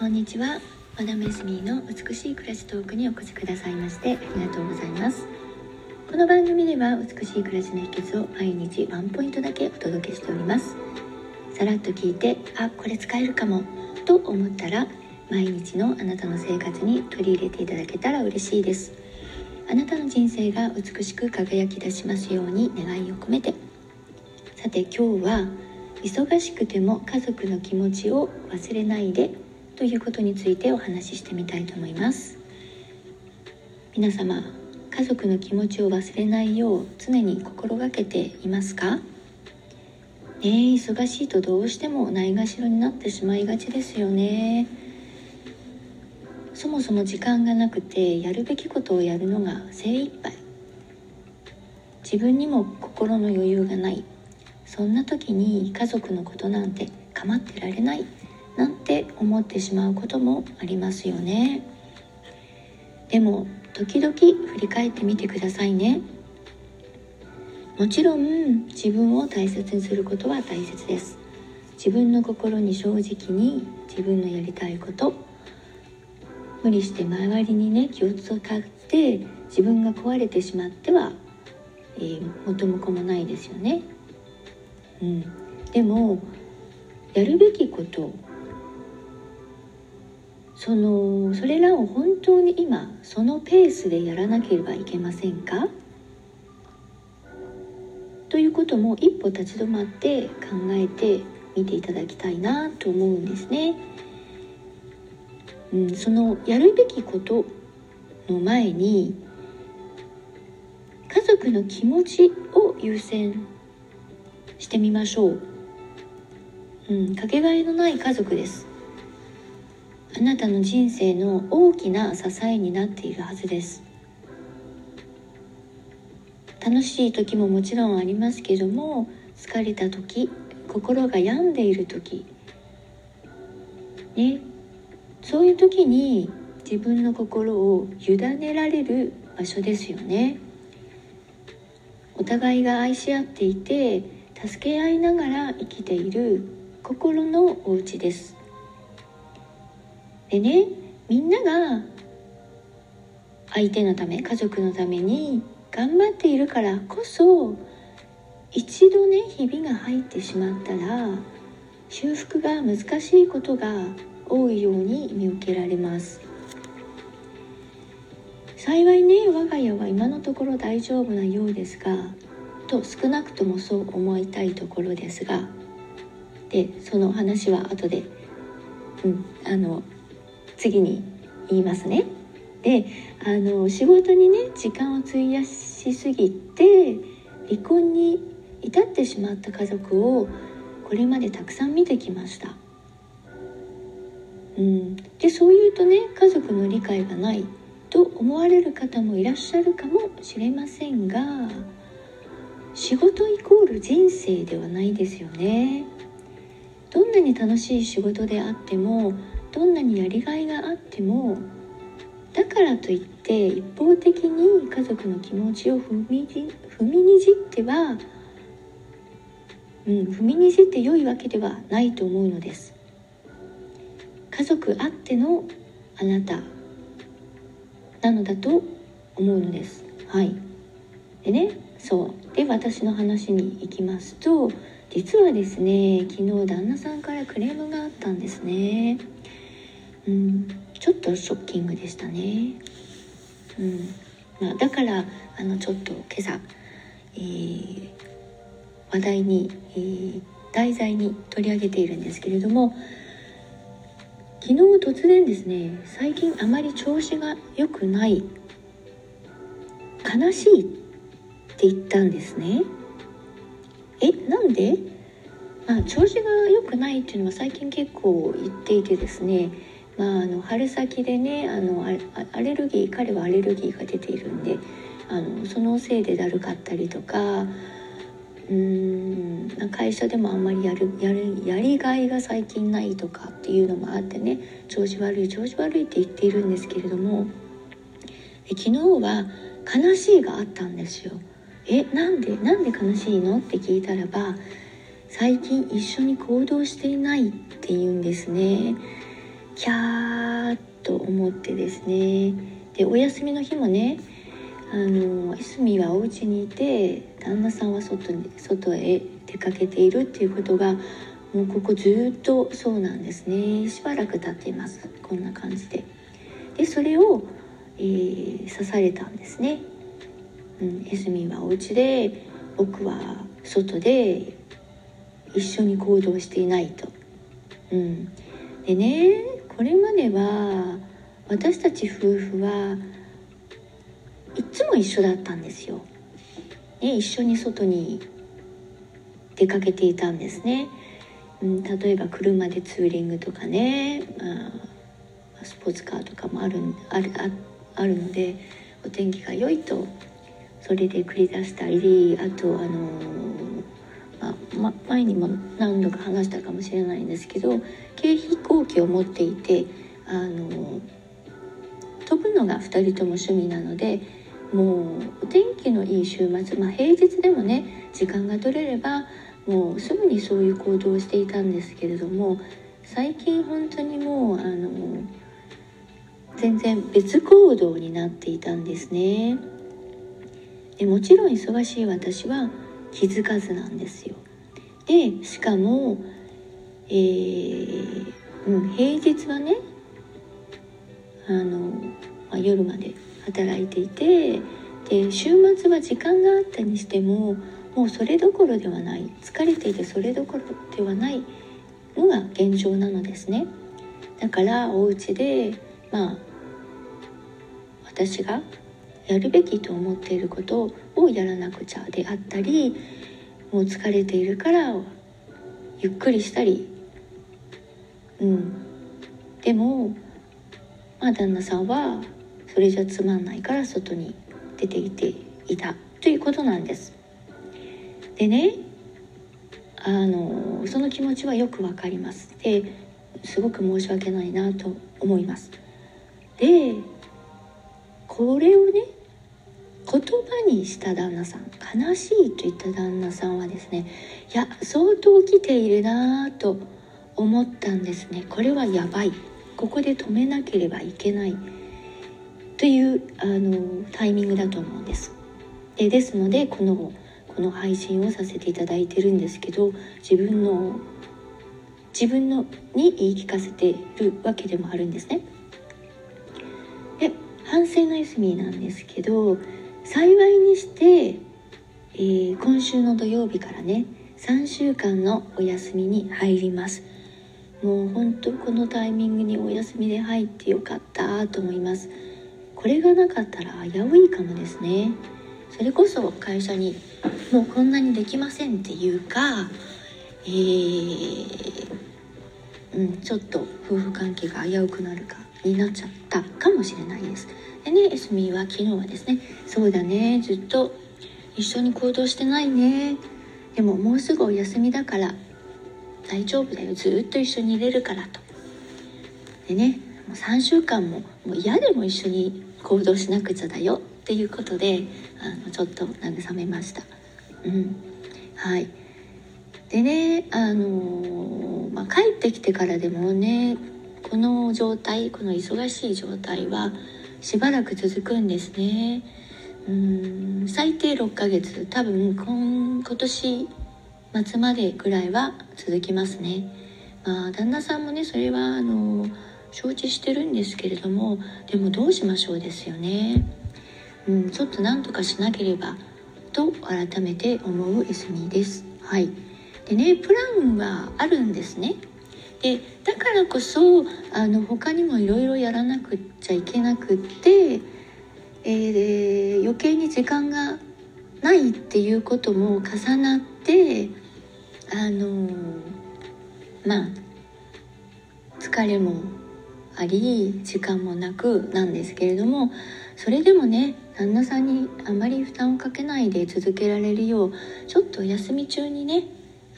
こんにちは。マダムエスミーの美しい暮らしトークにお越しくださいましてありがとうございます。この番組では美しい暮らしの秘訣を毎日ワンポイントだけお届けしております。さらっと聞いて、これ使えるかもと思ったら、毎日のあなたの生活に取り入れていただけたら嬉しいです。あなたの人生が美しく輝き出しますように願いを込めて。さて今日は、忙しくても家族の気持ちを忘れないでということについてお話ししてみたいと思います。皆様、家族の気持ちを忘れないよう常に心がけていますか？忙しいとどうしてもないがしろになってしまいがちですよね。そもそも時間がなくて、やるべきことをやるのが精一杯。自分にも心の余裕がない。そんな時に家族のことなんて構ってられないなんて思ってしまうこともありますよね。でも時々振り返ってみてくださいね。もちろん自分を大切にすることは大切です。自分の心に正直に自分のやりたいこと、無理して周りに気を使って自分が壊れてしまっては、元も子もないですよね。でもやるべきこと、それらを本当に今そのペースでやらなければいけませんか？ということも一歩立ち止まって考えてみていただきたいなと思うんですね。そのやるべきことの前に家族の気持ちを優先してみましょう。かけがえのない家族です。あなたの人生の大きな支えになっているはずです。楽しい時ももちろんありますけども、疲れた時、心が病んでいる時そういう時に自分の心を委ねられる場所ですよね。お互いが愛し合っていて助け合いながら生きている心のお家です。でみんなが相手のため、家族のために頑張っているからこそ、一度ひびが入ってしまったら修復が難しいことが多いように見受けられます。幸い我が家は今のところ大丈夫なようですが、少なくともそう思いたいところですが、その話は後で次に言いますね。仕事に時間を費やしすぎて離婚に至ってしまった家族をこれまでたくさん見てきました。そう言うと家族の理解がないと思われる方もいらっしゃるかもしれませんが、仕事イコール人生ではないですよね。どんなに楽しい仕事であっても、どんなにやりがいがあっても、だからといって一方的に家族の気持ちを踏みにじっては、踏みにじって良いわけではないと思うのです。家族あってのあなたなのだと思うのです。で私の話に行きますと、実はですね、昨日旦那さんからクレームがあったんですね。ちょっとショッキングでしたね。だからちょっと今朝、話題に、題材に取り上げているんですけれども、昨日突然ですね、最近あまり調子が良くない、悲しいって言ったんですね。なんで？調子が良くないっていうのは最近結構言っていてですね、春先でアレルギー、彼はアレルギーが出ているんで、そのせいでだるかったりとか、会社でもあんまりやりがいが最近ないとかっていうのもあって調子悪いって言っているんですけれども、昨日は悲しいがあったんですよ。なんで悲しいのって聞いたらば、最近一緒に行動していないって言うんですね。 キャーと思ってですね、でお休みの日もね、エスミはお家にいて旦那さんは外へ出かけているっていうことがもうここずっとそうなんですね。しばらく経っています。こんな感じで。でそれを、刺されたんですね。エスミはお家で、僕は外で一緒に行動していないと。でね、これまでは私たち夫婦はいつも一緒だったんですよ。一緒に外に出かけていたんですね。例えば車でツーリングとかね、スポーツカーとかもあるので、お天気が良いとそれで繰り出したり、あと前にも何度か話したかもしれないんですけど、軽飛行機を持っていて飛ぶのが2人とも趣味なので、もうお天気のいい週末、平日でもね時間が取れればもうすぐにそういう行動をしていたんですけれども、最近本当にもう全然別行動になっていたんですね。でもちろん忙しい私は気づかずなんですよ。でしかも、平日はね夜まで働いていて、で週末は時間があったにしてももうそれどころではない、疲れていてそれどころではないのが現状なのですね。だからお家で私がやるべきと思っていることをやらなくちゃであったり、もう疲れているからゆっくりしたり、でも旦那さんはそれじゃつまんないから外に出ていていたということなんです。でね、その気持ちはよくわかります。ですごく申し訳ないなと思います。でこれをね言葉にした旦那さん、悲しいと言った旦那さんはですね、いや相当来ているなと思ったんですね。これはやばい、ここで止めなければいけないというタイミングだと思うんです。ですのでこの配信をさせていただいてるんですけど、自分のに言い聞かせているわけでもあるんですね。で反省のエスミーなんですけど、幸いにして、今週の土曜日からね3週間のお休みに入ります。もう本当このタイミングにお休みで入ってよかったと思います。これがなかったら危ういかもですね。それこそ会社にもうこんなにできませんっていうか、ちょっと夫婦関係が危うくなるかになっちゃったかもしれないです。でね、エスミーは昨日はですね、そうだね、ずっと一緒に行動してないね、でももうすぐお休みだから大丈夫だよ、ずっと一緒にいれるからと。でね、もう3週間も嫌でも一緒に行動しなくちゃだよっていうことでちょっと慰めました。はい。でね、帰ってきてからでもね、この忙しい状態はしばらく続くんですね。最低6ヶ月、多分今年末までぐらいは続きますね。旦那さんもねそれは承知してるんですけれども、でもどうしましょうですよね。ちょっと何とかしなければと改めて思うエスミーです。はい。でね、プランはあるんですね。でだからこそ他にもいろいろやらなくちゃいけなくって、余計に時間がないっていうことも重なって疲れもあり時間もなくなんですけれども、それでもね旦那さんにあまり負担をかけないで続けられるよう、ちょっとお休み中にね、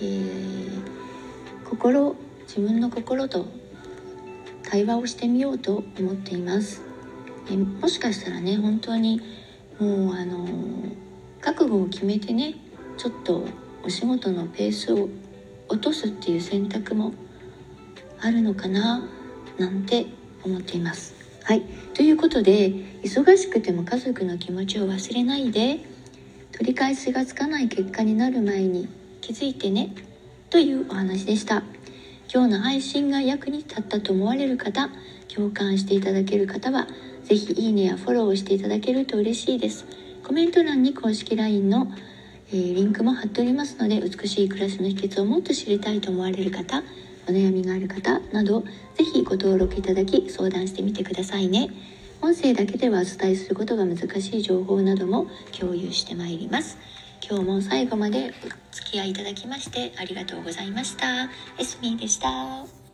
自分の心と対話をしてみようと思っています。もしかしたらね本当にもう覚悟を決めてね、ちょっとお仕事のペースを落とすっていう選択もあるのかななんて思っています。はい、ということで、忙しくても家族の気持ちを忘れないで、取り返しがつかない結果になる前に気づいてねというお話でした。今日の配信が役に立ったと思われる方、共感していただける方はぜひいいねやフォローをしていただけると嬉しいです。コメント欄に公式 LINE の、リンクも貼っておりますので、美しい暮らしの秘訣をもっと知りたいと思われる方、お悩みがある方など、ぜひご登録いただき相談してみてくださいね。音声だけではお伝えすることが難しい情報なども共有してまいります。今日も最後までお付き合いいただきましてありがとうございました。エスミーでした。